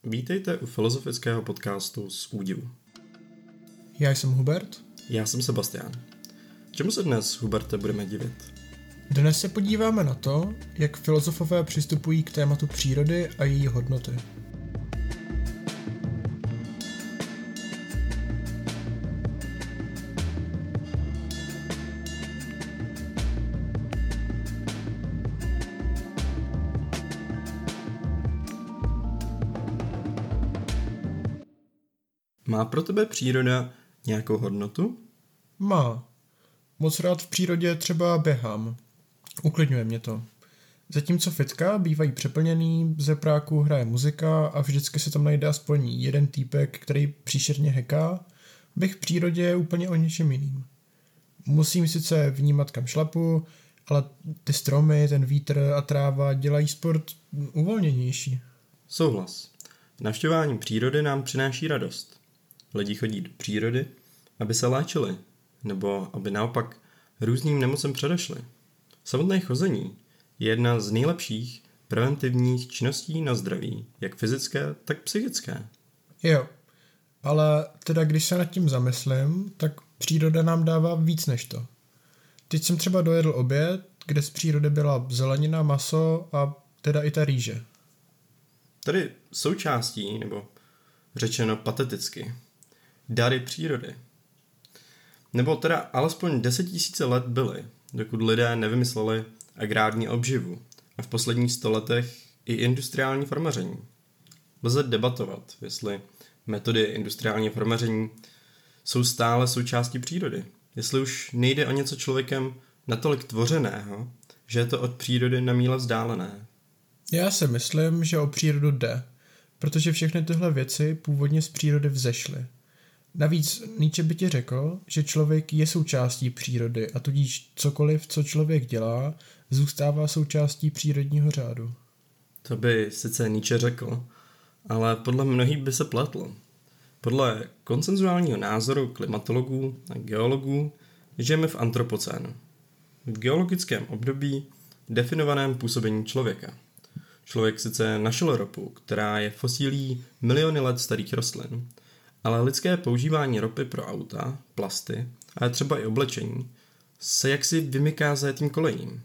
Vítejte u filozofického podcastu Z údivu. Já jsem Hubert. Já jsem Sebastián. Čemu se dnes, Huberte, budeme divit? Dnes se podíváme na to, jak filozofové přistupují k tématu přírody a její hodnoty. Má pro tebe příroda nějakou hodnotu? Má. Moc rád v přírodě třeba běhám. Uklidňuje mě to. Zatímco fitka bývají přeplněný, ze práku hraje muzika a vždycky se tam najde aspoň jeden týpek, který příšerně heká, běh v přírodě je úplně o něčem jiným. Musím sice vnímat, kam šlapu, ale ty stromy, ten vítr a tráva dělají sport uvolněnější. Souhlas. Navštěvování přírody nám přináší radost. Lidi chodí do přírody, aby se léčili, nebo aby naopak různým nemocem předešli. Samotné chození je jedna z nejlepších preventivních činností na zdraví, jak fyzické, tak psychické. Jo, ale teda když se nad tím zamyslím, tak příroda nám dává víc než to. Teď jsem třeba dojedl oběd, kde z přírody byla zelenina, maso a teda i ta rýže. Tady součástí, nebo řečeno pateticky, dary přírody. Nebo teda alespoň 10 000 let byly, dokud lidé nevymysleli agrární obživu a v posledních stoletech i industriální farmaření. Lze debatovat, jestli metody industriálního farmaření jsou stále součástí přírody, jestli už nejde o něco člověkem natolik tvořeného, že je to od přírody na míle vzdálené. Já si myslím, že o přírodu jde, protože všechny tyhle věci původně z přírody vzešly. Navíc Nietzsche by ti řekl, že člověk je součástí přírody a tudíž cokoliv, co člověk dělá, zůstává součástí přírodního řádu. To by sice Nietzsche řekl, ale podle mnohých by se pletl. Podle konsenzuálního názoru klimatologů a geologů žijeme v antropocénu, v geologickém období definovaném působením člověka. Člověk sice našel ropu, která je fosílí miliony let starých rostlin, ale lidské používání ropy pro auta, plasty a třeba i oblečení se jaksi vymyká zajetým kolejím.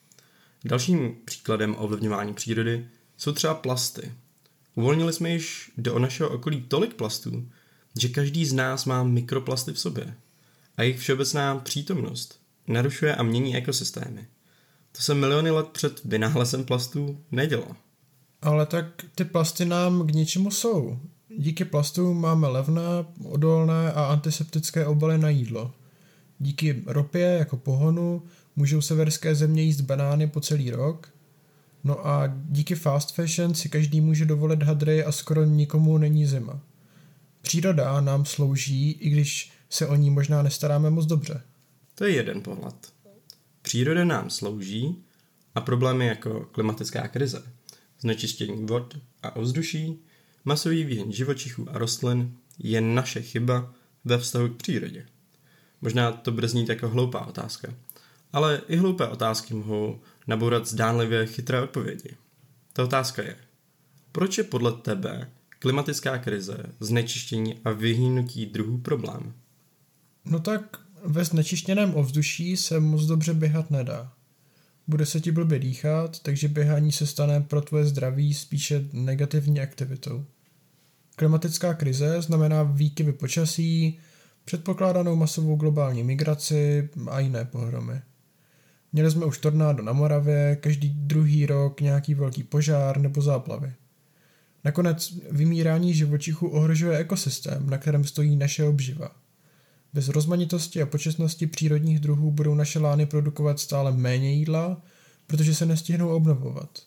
Dalším příkladem ovlivňování přírody jsou třeba plasty. Uvolnili jsme již do našeho okolí tolik plastů, že každý z nás má mikroplasty v sobě a jejich všeobecná přítomnost narušuje a mění ekosystémy. To se miliony let před vynálezem plastů nedělo. Ale tak ty plasty nám k něčemu jsou. Díky plastům máme levné, odolné a antiseptické obaly na jídlo. Díky ropě jako pohonu můžou severské země jíst banány po celý rok. No a díky fast fashion si každý může dovolit hadry a skoro nikomu není zima. Příroda nám slouží, i když se o ní možná nestaráme moc dobře. To je jeden pohled. Příroda nám slouží a problémy jako klimatická krize, znečištění vod a ovzduší, masový výhyn živočichů a rostlin je naše chyba ve vztahu k přírodě. Možná to bude znít jako hloupá otázka, ale i hloupé otázky mohou nabourat zdánlivě chytré odpovědi. Ta otázka je, proč je podle tebe klimatická krize, znečištění a vyhynutí druhů problém? No tak ve znečištěném ovzduší se moc dobře běhat nedá. Bude se ti blbě dýchat, takže běhání se stane pro tvoje zdraví spíše negativní aktivitou. Klimatická krize znamená výkyvy počasí, předpokládanou masovou globální migraci a jiné pohromy. Měli jsme už tornádo na Moravě, každý druhý rok nějaký velký požár nebo záplavy. Nakonec vymírání živočichů ohrožuje ekosystém, na kterém stojí naše obživa. Bez rozmanitosti a početnosti přírodních druhů budou naše lány produkovat stále méně jídla, protože se nestihnou obnovovat.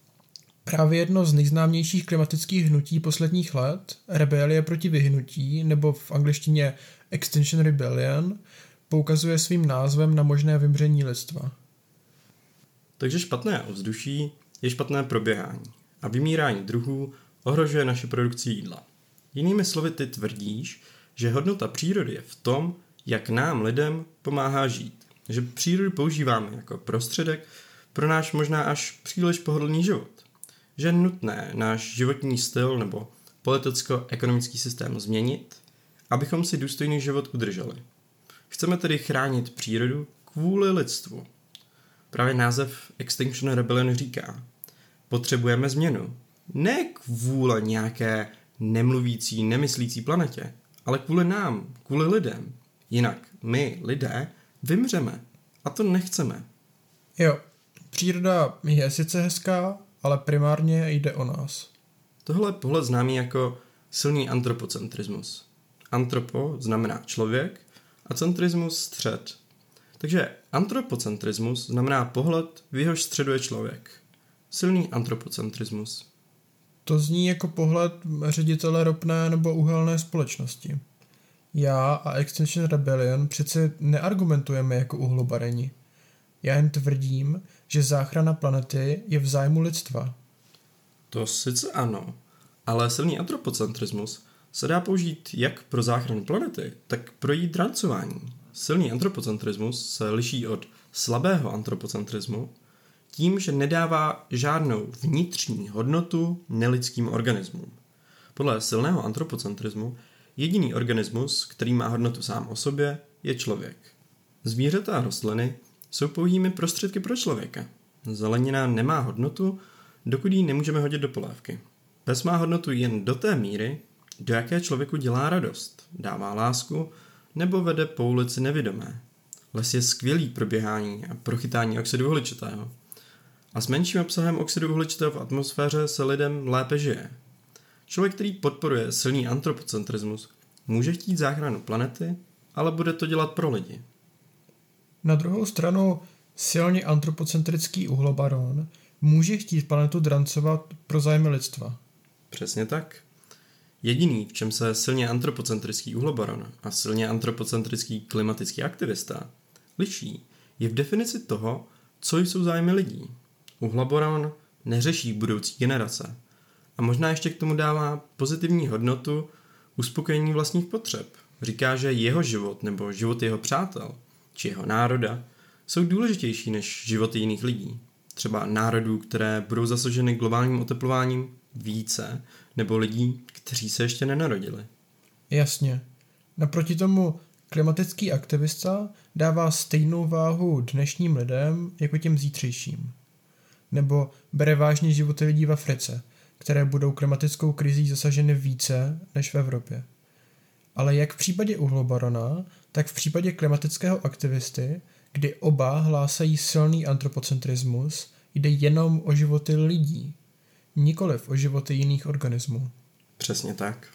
Právě jedno z nejznámějších klimatických hnutí posledních let, rebelie proti vyhnutí, nebo v angličtině Extinction Rebellion, poukazuje svým názvem na možné vymření lidstva. Takže špatné ovzduší je špatné proběhání a vymírání druhů ohrožuje naši produkci jídla. Jinými slovy ty tvrdíš, že hodnota přírody je v tom, jak nám lidem pomáhá žít. Že přírodu používáme jako prostředek pro náš možná až příliš pohodlný život. Že je nutné náš životní styl nebo politicko-ekonomický systém změnit, abychom si důstojný život udrželi. Chceme tedy chránit přírodu kvůli lidstvu. Právě název Extinction Rebellion říká, potřebujeme změnu. Ne kvůli nějaké nemluvící, nemyslící planetě, ale kvůli nám, kvůli lidem. Jinak my, lidé, vymřeme. A to nechceme. Jo, příroda je sice hezká, ale primárně jde o nás. Tohle je pohled známý jako silný antropocentrismus. Antropo znamená člověk a centrismus střed. Takže antropocentrismus znamená pohled, v jehož středu je člověk. Silný antropocentrismus. To zní jako pohled ředitele ropné nebo uhelné společnosti. Já a Extinction Rebellion přece neargumentujeme jako uhlobareni. Já jen tvrdím, že záchrana planety je v zájmu lidstva. To sice ano, ale silný antropocentrismus se dá použít jak pro záchranu planety, tak pro její drancování. Silný antropocentrismus se liší od slabého antropocentrismu tím, že nedává žádnou vnitřní hodnotu nelidským organismům. Podle silného antropocentrismu jediný organismus, který má hodnotu sám o sobě, je člověk. Zvířata a rostliny jsou pouhými prostředky pro člověka. Zelenina nemá hodnotu, dokud ji nemůžeme hodit do polévky. Pes má hodnotu jen do té míry, do jaké člověku dělá radost, dává lásku nebo vede po ulici nevidomé. Les je skvělý pro běhání a pro chytání oxidu uhličitého. A s menším obsahem oxidu uhličitého v atmosféře se lidem lépe žije. Člověk, který podporuje silný antropocentrismus, může chtít záchranu planety, ale bude to dělat pro lidi. Na druhou stranu silně antropocentrický uhlobaron může chtít planetu drancovat pro zájmy lidstva. Přesně tak. Jediný, v čem se silně antropocentrický uhlobaron a silně antropocentrický klimatický aktivista liší, je v definici toho, co jsou zájmy lidí. Uhlobaron neřeší budoucí generace a možná ještě k tomu dává pozitivní hodnotu uspokojení vlastních potřeb. Říká, že jeho život nebo život jeho přátel či jeho národa jsou důležitější než životy jiných lidí. Třeba národů, které budou zasaženy globálním oteplováním více, nebo lidí, kteří se ještě nenarodili. Jasně. Naproti tomu klimatický aktivista dává stejnou váhu dnešním lidem jako těm zítřejším. Nebo bere vážně životy lidí v Africe, které budou klimatickou krizí zasaženy více než v Evropě. Ale jak v případě uhlobarona, tak v případě klimatického aktivisty, kdy oba hlásají silný antropocentrismus, jde jenom o životy lidí, nikoliv o životy jiných organismů. Přesně tak.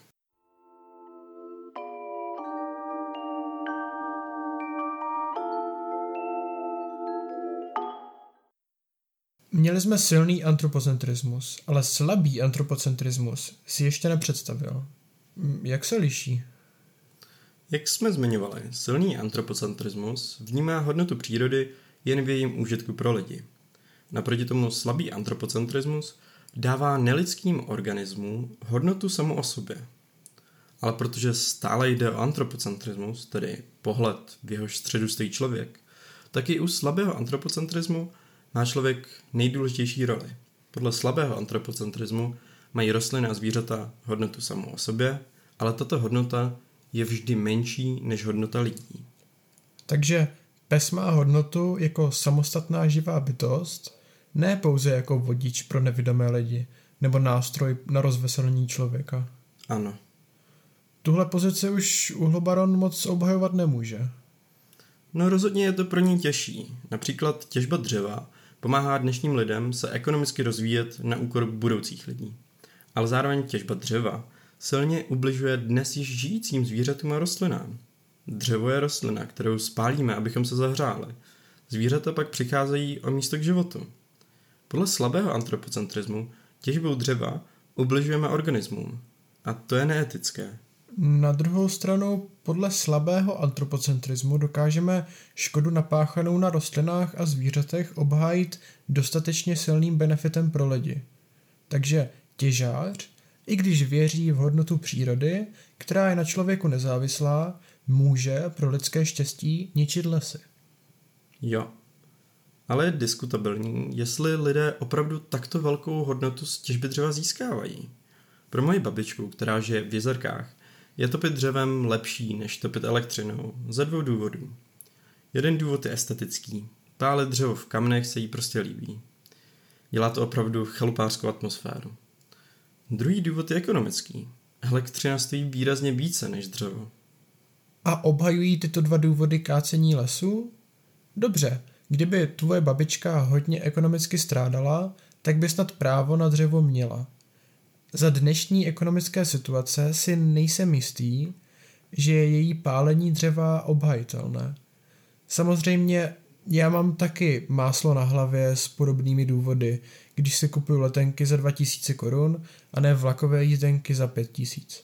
Měli jsme silný antropocentrismus, ale slabý antropocentrismus si ještě nepředstavil. Jak se liší? Jak jsme zmiňovali, silný antropocentrismus vnímá hodnotu přírody jen v jejím užitku pro lidi. Naproti tomu slabý antropocentrismus dává nelidským organismům hodnotu samu o sobě. Ale protože stále jde o antropocentrismus, tedy pohled, v jehož středu stojí člověk, tak i u slabého antropocentrismu má člověk nejdůležitější roli. Podle slabého antropocentrismu mají rostliny a zvířata hodnotu samu o sobě, ale tato hodnota je vždy menší než hodnota lidí. Takže pes má hodnotu jako samostatná živá bytost, ne pouze jako vodič pro nevidomé lidi nebo nástroj na rozveselení člověka. Ano. Tuhle pozici už uhlobaron moc obhajovat nemůže. No rozhodně je to pro ní těžší. Například těžba dřeva pomáhá dnešním lidem se ekonomicky rozvíjet na úkor budoucích lidí. Ale zároveň těžba dřeva silně ubližuje dnes již žijícím zvířatům a rostlinám. Dřevo je rostlina, kterou spálíme, abychom se zahřáli. Zvířata pak přicházejí o místo k životu. Podle slabého antropocentrismu těžbou dřeva ubližujeme organismům. A to je neetické. Na druhou stranu, podle slabého antropocentrismu dokážeme škodu napáchanou na rostlinách a zvířatech obhájit dostatečně silným benefitem pro lidi. Takže těžář, i když věří v hodnotu přírody, která je na člověku nezávislá, může pro lidské štěstí ničit lesy. Jo. Ale je diskutabilní, jestli lidé opravdu takto velkou hodnotu z těžby dřeva získávají. Pro moji babičku, která žije v Jezerkách, je topit dřevem lepší než topit elektřinou ze 2 důvodů. Jeden důvod je estetický. Pálit dřevo v kamnech se jí prostě líbí. Dělá to opravdu chalupářskou atmosféru. Druhý důvod je ekonomický. Elektřina stojí výrazně více než dřevo. A obhajují tyto 2 důvody kácení lesů? Dobře, kdyby tvoje babička hodně ekonomicky strádala, tak by snad právo na dřevo měla. Za dnešní ekonomické situace si nejsem jistý, že je její pálení dřeva obhajitelné. Samozřejmě já mám taky máslo na hlavě s podobnými důvody, když si kupuju letenky za 2000 korun a ne vlakové jízdenky za 5000.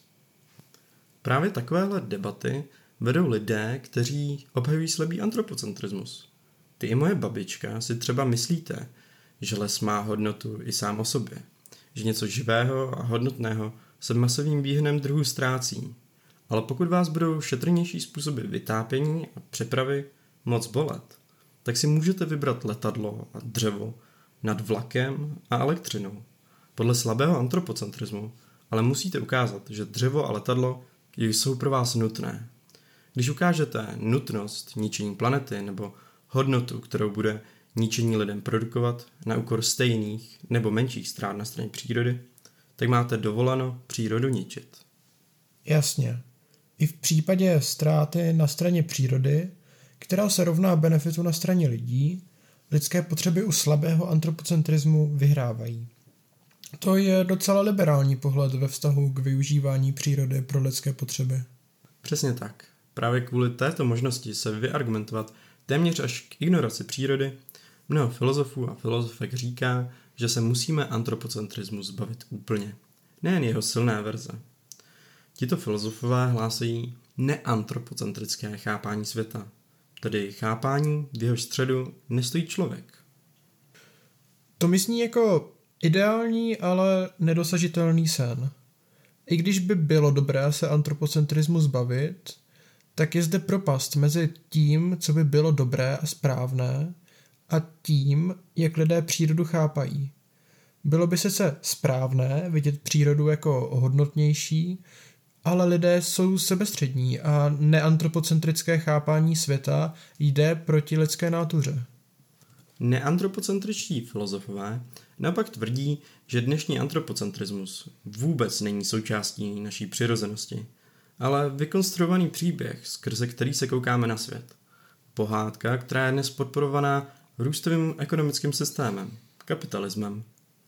Právě takovéhle debaty vedou lidé, kteří obhajují slabý antropocentrismus. Ty i moje babička si třeba myslíte, že les má hodnotu i sám o sobě, že něco živého a hodnotného se masovým výhnem druhů ztrácí. Ale pokud vás budou šetrnější způsoby vytápění a přepravy moc bolet, tak si můžete vybrat letadlo a dřevo nad vlakem a elektřinou. Podle slabého antropocentrismu ale musíte ukázat, že dřevo a letadlo jsou pro vás nutné. Když ukážete nutnost ničení planety nebo hodnotu, kterou bude ničení lidem produkovat na úkor stejných nebo menších ztrát na straně přírody, tak máte dovoleno přírodu ničit. Jasně. I v případě ztráty na straně přírody, která se rovná benefitu na straně lidí, lidské potřeby u slabého antropocentrismu vyhrávají. To je docela liberální pohled ve vztahu k využívání přírody pro lidské potřeby. Přesně tak. Právě kvůli této možnosti se vyargumentovat téměř až k ignoraci přírody, mnoho filozofů a filozofek říká, že se musíme antropocentrismu zbavit úplně. Nejen jeho silné verze. Tito filozofové hlásají neantropocentrické chápání světa, tedy chápání, v jehož středu nestojí člověk. To mi zní jako ideální, ale nedosažitelný sen. I když by bylo dobré se antropocentrismu zbavit, tak je zde propast mezi tím, co by bylo dobré a správné, a tím, jak lidé přírodu chápají. Bylo by sice správné vidět přírodu jako hodnotnější, ale lidé jsou sebestřední a neantropocentrické chápání světa jde proti lidské nátuře. Neantropocentričtí filozofové naopak tvrdí, že dnešní antropocentrismus vůbec není součástí naší přirozenosti, ale vykonstruovaný příběh, skrze který se koukáme na svět. Pohádka, která je dnes podporovaná růstovým ekonomickým systémem, kapitalismem.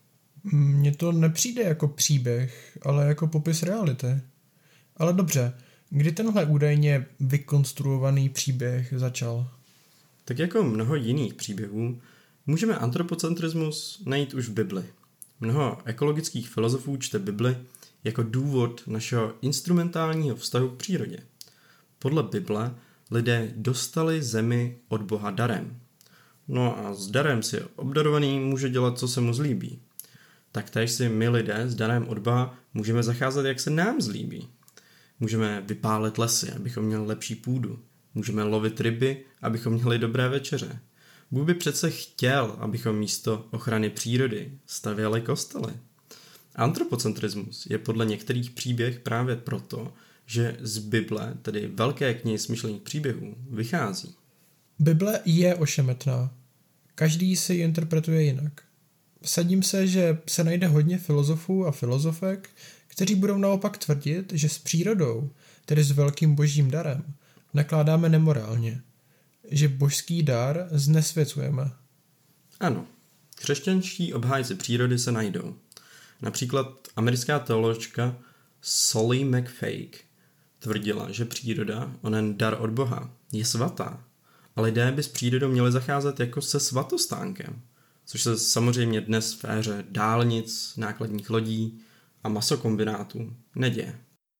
Mně to nepřijde jako příběh, ale jako popis reality. Ale dobře, kdy tenhle údajně vykonstruovaný příběh začal? Tak jako mnoho jiných příběhů, můžeme antropocentrismus najít už v Bibli. Mnoho ekologických filozofů čte Bibli jako důvod našeho instrumentálního vztahu k přírodě. Podle Bible lidé dostali zemi od Boha darem. No a s darem si obdarovaný může dělat, co se mu zlíbí. Taktéž si my lidé s darem od Boha můžeme zacházet, jak se nám zlíbí. Můžeme vypálit lesy, abychom měli lepší půdu. Můžeme lovit ryby, abychom měli dobré večeře. Bůh by přece chtěl, abychom místo ochrany přírody stavěli kostely. Antropocentrismus je podle některých příběh právě proto, že z Bible, tedy velké knihy smyšlených příběhů, vychází. Bible je ošemetná. Každý si ji interpretuje jinak. Vsadím se, že se najde hodně filozofů a filozofek, kteří budou naopak tvrdit, že s přírodou, tedy s velkým božím darem, nakládáme nemorálně. Že božský dar znesvěcujeme. Ano, křesťanští obhájci přírody se najdou. Například americká teoložka Sally McFake tvrdila, že příroda, onen dar od Boha, je svatá. A lidé by s přírodou měli zacházet jako se svatostánkem, což se samozřejmě dnes v éře dálnic, nákladních lodí a masokombinátů neděje.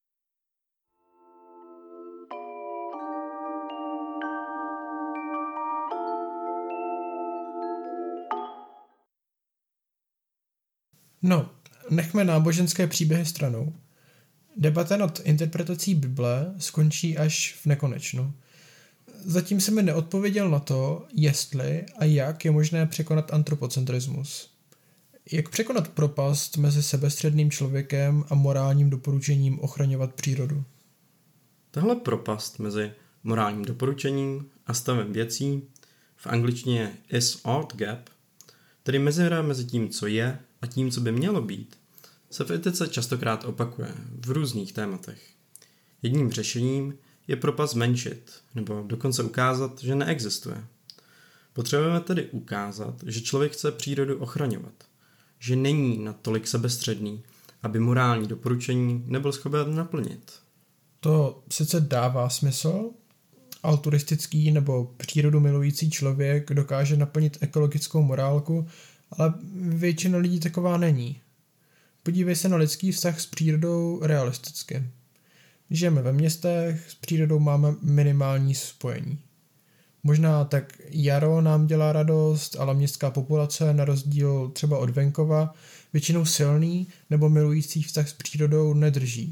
No, nechme náboženské příběhy stranou. Debata nad interpretací Bible skončí až v nekonečnu. Zatím se mi neodpověděl na to, jestli a jak je možné překonat antropocentrismus. Jak překonat propast mezi sebestředným člověkem a morálním doporučením ochraňovat přírodu? Tahle propast mezi morálním doporučením a stavem věcí, v angličtině is-ought gap, tedy mezera mezi tím, co je a tím, co by mělo být, se v etice častokrát opakuje v různých tématech. Jedním řešením je propast zmenšit, nebo dokonce ukázat, že neexistuje. Potřebujeme tedy ukázat, že člověk chce přírodu ochraňovat, že není natolik sebestředný, aby morální doporučení nebyl schopen naplnit. To sice dává smysl. Altruistický nebo přírodu milující člověk dokáže naplnit ekologickou morálku, ale většina lidí taková není. Podívej se na lidský vztah s přírodou realisticky. Žijeme ve městech, s přírodou máme minimální spojení. Možná tak jaro nám dělá radost, ale městská populace, na rozdíl třeba od venkova, většinou silný nebo milující vztah s přírodou nedrží.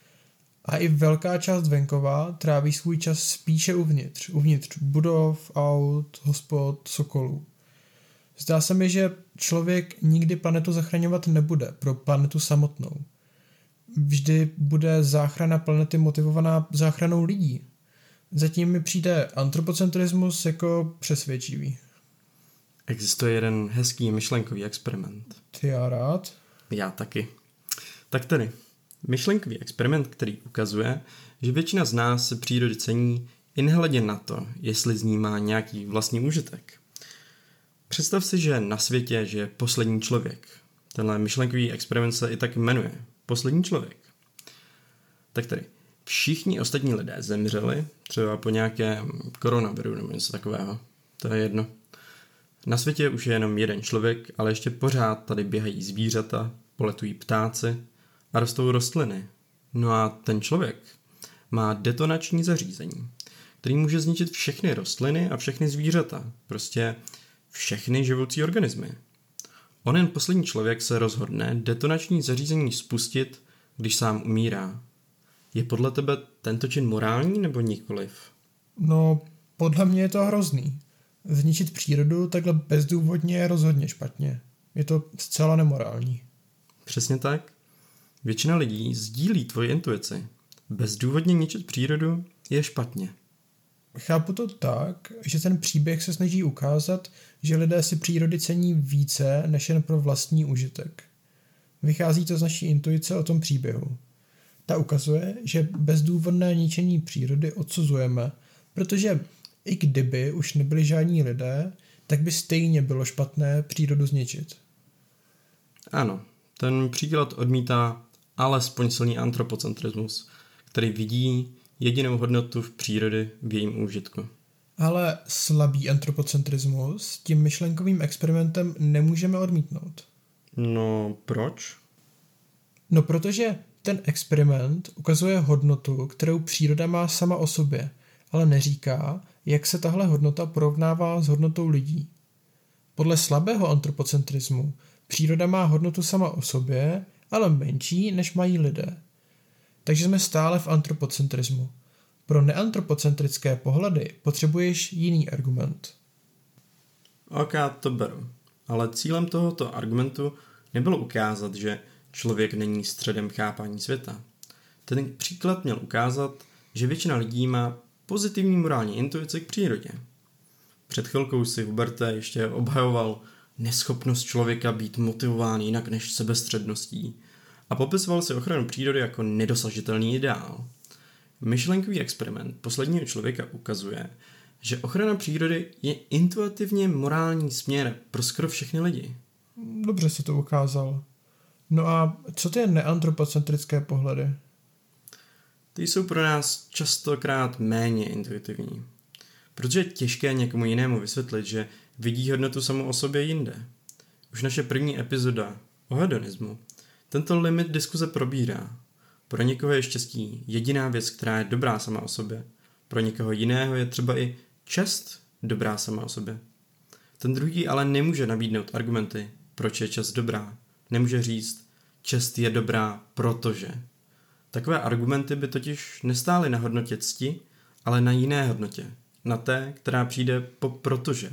A i velká část venkova tráví svůj čas spíše uvnitř budov, aut, hospod, sokolů. Zdá se mi, že člověk nikdy planetu zachraňovat nebude pro planetu samotnou. Vždy bude záchrana planety motivovaná záchranou lidí. Zatím mi přijde antropocentrismus jako přesvědčivý. Existuje jeden hezký myšlenkový experiment. Ty já rád. Já taky. Tak tedy, myšlenkový experiment, který ukazuje, že většina z nás se přírody cení i nehledě na to, jestli z ní má nějaký vlastní užitek. Představ si, že na světě žije poslední člověk. Tenhle myšlenkový experiment se i tak jmenuje. Poslední člověk. Tak tedy, všichni ostatní lidé zemřeli, třeba po nějakém koronaviru nebo něco takového. To je jedno. Na světě už je jenom jeden člověk, ale ještě pořád tady běhají zvířata, poletují ptáci a rostou rostliny. No a ten člověk má detonační zařízení, který může zničit všechny rostliny a všechny zvířata. Prostě všechny živoucí organismy. Onen poslední člověk se rozhodne detonační zařízení spustit, když sám umírá. Je podle tebe tento čin morální nebo nikoliv? No, podle mě je to hrozný. Zničit přírodu takhle bezdůvodně je rozhodně špatně. Je to zcela nemorální. Přesně tak. Většina lidí sdílí tvoji intuici. Bezdůvodně ničit přírodu je špatně. Chápu to tak, že ten příběh se snaží ukázat, že lidé si přírody cení více než jen pro vlastní užitek. Vychází to z naší intuice o tom příběhu. Ta ukazuje, že bezdůvodné ničení přírody odsuzujeme, protože i kdyby už nebyli žádní lidé, tak by stejně bylo špatné přírodu zničit. Ano, ten příklad odmítá alespoň silný antropocentrismus, který vidí jedinou hodnotu v přírody v jejím úžitku. Ale slabý antropocentrismus tím myšlenkovým experimentem nemůžeme odmítnout. No, proč? No, protože ten experiment ukazuje hodnotu, kterou příroda má sama o sobě, ale neříká, jak se tahle hodnota porovnává s hodnotou lidí. Podle slabého antropocentrismu příroda má hodnotu sama o sobě, ale menší, než mají lidé. Takže jsme stále v antropocentrismu. Pro neantropocentrické pohledy potřebuješ jiný argument. Ok, to beru. Ale cílem tohoto argumentu nebylo ukázat, že člověk není středem chápání světa. Ten příklad měl ukázat, že většina lidí má pozitivní morální intuici k přírodě. Před chvilkou si Huberte ještě obhajoval neschopnost člověka být motivován jinak než sebestředností a popisoval si ochranu přírody jako nedosažitelný ideál. Myšlenkový experiment posledního člověka ukazuje, že ochrana přírody je intuitivně morální směr pro skoro všechny lidi. Dobře se to ukázal. No a co ty neantropocentrické pohledy? Ty jsou pro nás častokrát méně intuitivní. Protože je těžké někomu jinému vysvětlit, že vidí hodnotu samou o sobě jinde. Už naše první epizoda o hedonismu tento limit diskuze probírá. Pro někoho je štěstí jediná věc, která je dobrá sama o sobě. Pro někoho jiného je třeba i čest dobrá sama o sobě. Ten druhý ale nemůže nabídnout argumenty, proč je čest dobrá. Nemůže říct, čest je dobrá, protože. Takové argumenty by totiž nestály na hodnotě cti, ale na jiné hodnotě. Na té, která přijde po protože.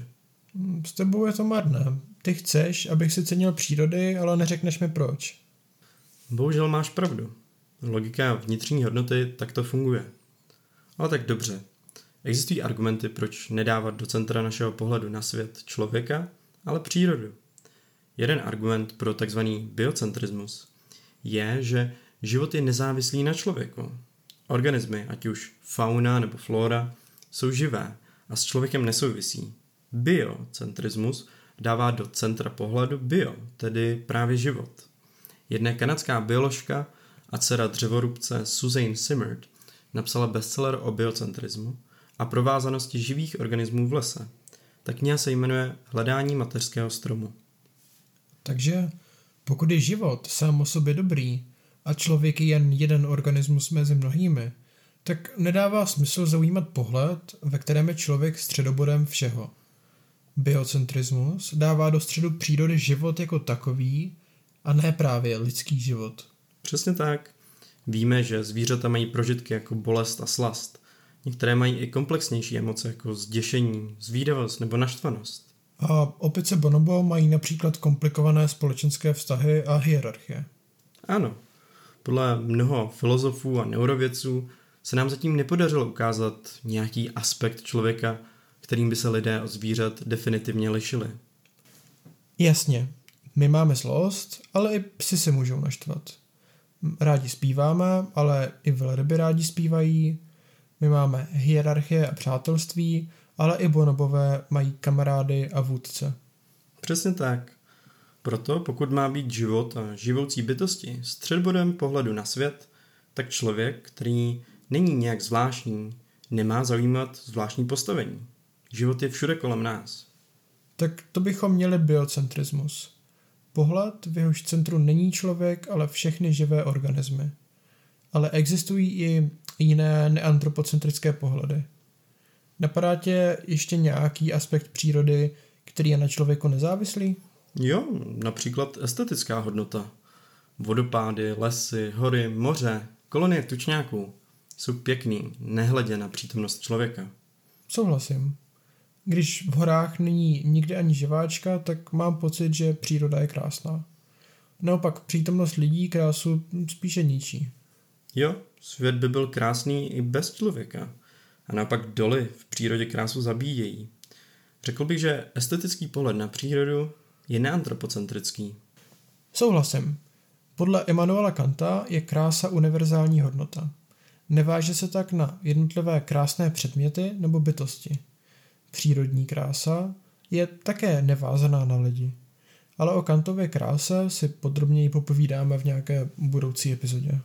S tebou je to marné. Ty chceš, abych si cenil přírody, ale neřekneš mi proč. Bohužel máš pravdu. Logika vnitřní hodnoty takto funguje. Ale tak dobře. Existují argumenty, proč nedávat do centra našeho pohledu na svět člověka, ale přírodu. Jeden argument pro tzv. Biocentrismus je, že život je nezávislý na člověku. Organismy, ať už fauna nebo flora, jsou živé a s člověkem nesouvisí. Biocentrismus dává do centra pohledu bio, tedy právě život. Jedna kanadská bioložka a dcera dřevorubce Suzanne Simard napsala bestseller o biocentrismu a provázanosti živých organismů v lese. Ta kniha se jmenuje Hledání mateřského stromu. Takže pokud je život sám o sobě dobrý a člověk je jen jeden organismus mezi mnohými, tak nedává smysl zaujímat pohled, ve kterém je člověk středobodem všeho. Biocentrismus dává do středu přírody život jako takový a ne právě lidský život. Přesně tak. Víme, že zvířata mají prožitky jako bolest a slast. Některé mají i komplexnější emoce jako zděšení, zvídavost nebo naštvanost. A opice bonobo mají například komplikované společenské vztahy a hierarchie. Ano. Podle mnoho filozofů a neurovědců se nám zatím nepodařilo ukázat nějaký aspekt člověka, kterým by se lidé od zvířat definitivně lišili. Jasně, my máme zlost, ale i psi se můžou naštvat. Rádi zpíváme, ale i velryby rádi zpívají. My máme hierarchie a přátelství, ale i bonobové mají kamarády a vůdce. Přesně tak. Proto, pokud má být život a živoucí bytosti středbodem pohledu na svět, tak člověk, který není nějak zvláštní, nemá zaujímat zvláštní postavení. Život je všude kolem nás. Tak to bychom měli biocentrismus. Pohled, v jehož centru není člověk, ale všechny živé organismy. Ale existují i jiné neantropocentrické pohledy. Napadá tě ještě nějaký aspekt přírody, který je na člověku nezávislý? Jo, například estetická hodnota. Vodopády, lesy, hory, moře, kolonie tučňáků jsou pěkný, nehledě na přítomnost člověka. Souhlasím. Když v horách není nikde ani živáčka, tak mám pocit, že příroda je krásná. Naopak přítomnost lidí krásu spíše ničí. Jo, svět by byl krásný i bez člověka. A naopak doly v přírodě krásu zabíjejí. Řekl bych, že estetický pohled na přírodu je neantropocentrický. Souhlasím. Podle Immanuela Kanta je krása univerzální hodnota. Neváže se tak na jednotlivé krásné předměty nebo bytosti. Přírodní krása je také nevázaná na lidi. Ale o Kantově kráse si podrobněji popovídáme v nějaké budoucí epizodě.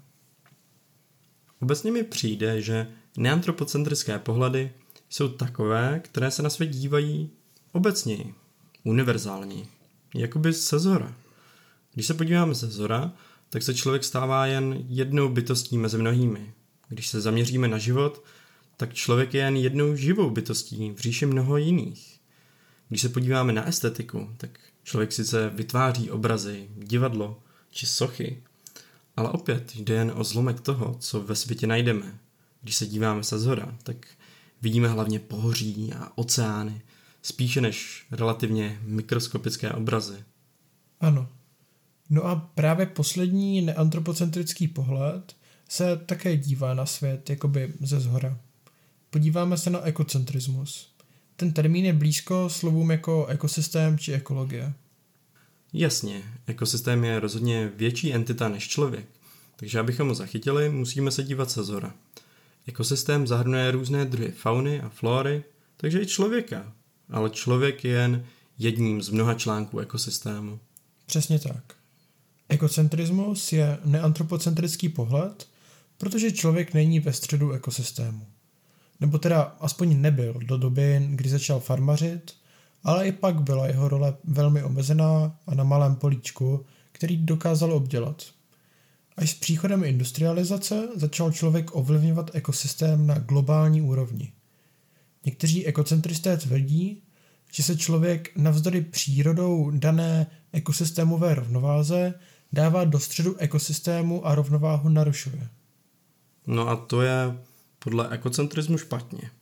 Obecně mi přijde, že neantropocentrické pohledy jsou takové, které se na svět dívají obecněji, univerzálně, jakoby ze zhora. Když se podíváme ze zhora, tak se člověk stává jen jednou bytostí mezi mnohými. Když se zaměříme na život, tak člověk je jen jednou živou bytostí v říši mnoho jiných. Když se podíváme na estetiku, tak člověk sice vytváří obrazy, divadlo či sochy, ale opět jde jen o zlomek toho, co ve světě najdeme. Když se díváme se zhora, tak vidíme hlavně pohoří a oceány, spíše než relativně mikroskopické obrazy. Ano. No a právě poslední neantropocentrický pohled se také dívá na svět jakoby ze zhora. Podíváme se na ekocentrismus. Ten termín je blízko slovům jako ekosystém či ekologie. Jasně, ekosystém je rozhodně větší entita než člověk, takže abychom ho zachytili, musíme se dívat se zhora. Ekosystém zahrnuje různé druhy fauny a flory, takže i člověka, ale člověk je jen jedním z mnoha článků ekosystému. Přesně tak. Ekocentrismus je neantropocentrický pohled, protože člověk není ve středu ekosystému. Nebo teda aspoň nebyl do doby, kdy začal farmařit, ale i pak byla jeho role velmi omezená a na malém políčku, který dokázal obdělat. Až s příchodem industrializace začal člověk ovlivňovat ekosystém na globální úrovni. Někteří ekocentristé tvrdí, že se člověk navzdory přírodou dané ekosystémové rovnováze dává do středu ekosystému a rovnováhu narušuje. No a to je podle ekocentrismu špatně.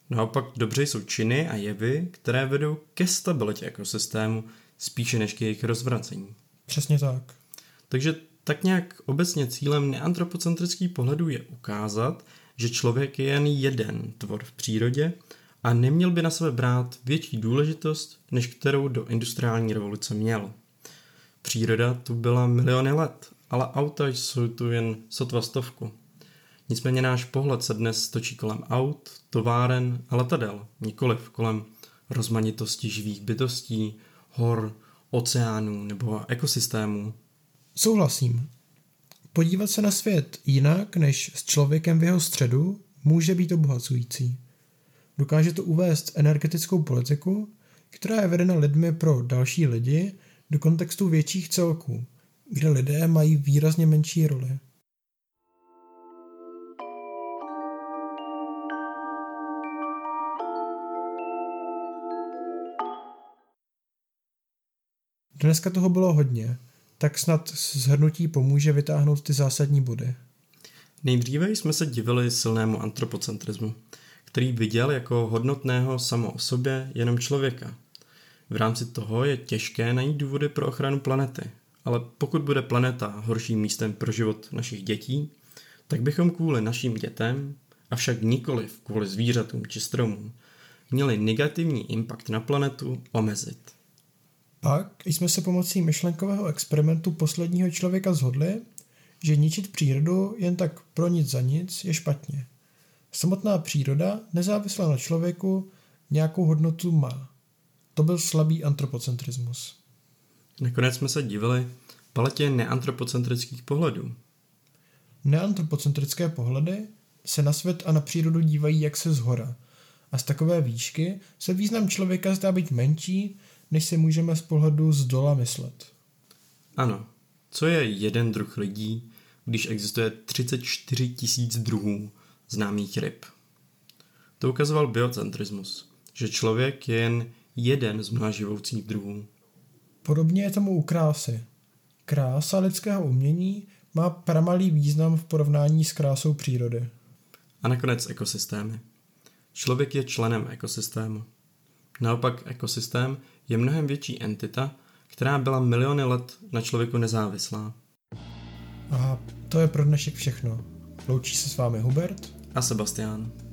Naopak dobře jsou činy a jevy, které vedou ke stabilitě ekosystému, spíše než k jejich rozvracení. Přesně tak. Takže tak nějak obecně cílem neantropocentrických pohledů je ukázat, že člověk je jen jeden tvor v přírodě a neměl by na sebe brát větší důležitost, než kterou do industriální revoluce měl. Příroda tu byla miliony let, ale auta jsou tu jen sotva 100. Nicméně náš pohled se dnes točí kolem aut, továren a letadel, nikoliv kolem rozmanitosti živých bytostí, hor, oceánů nebo ekosystémů. Souhlasím. Podívat se na svět jinak než s člověkem v jeho středu může být obohacující. Dokáže to uvést energetickou politiku, která je vedena lidmi pro další lidi, do kontextu větších celků, kde lidé mají výrazně menší roli. Dneska toho bylo hodně, tak snad shrnutí pomůže vytáhnout ty zásadní body. Nejdříve jsme se divili silnému antropocentrismu, který viděl jako hodnotného samo o sobě jenom člověka. V rámci toho je těžké najít důvody pro ochranu planety, ale pokud bude planeta horším místem pro život našich dětí, tak bychom kvůli našim dětem, avšak nikoliv kvůli zvířatům či stromům, měli negativní impact na planetu omezit. Pak jsme se pomocí myšlenkového experimentu posledního člověka shodli, že ničit přírodu jen tak pro nic za nic je špatně. Samotná příroda, nezávislá na člověku, nějakou hodnotu má. To byl slabý antropocentrismus. Nakonec jsme se divili paletě neantropocentrických pohledů. Neantropocentrické pohledy se na svět a na přírodu dívají jak se zhora. A z takové výšky se význam člověka zdá být menší, než si můžeme z pohledu zdola myslet. Ano, co je jeden druh lidí, když existuje 34 000 druhů známých ryb? To ukazoval biocentrismus, že člověk je jen jeden z mnoha živoucích druhů. Podobně je tomu u krásy. Krása lidského umění má pramalý význam v porovnání s krásou přírody. A nakonec ekosystémy. Člověk je členem ekosystému. Naopak ekosystém je mnohem větší entita, která byla miliony let na člověku nezávislá. A to je pro dnešek všechno. Loučí se s vámi Hubert A Sebastián.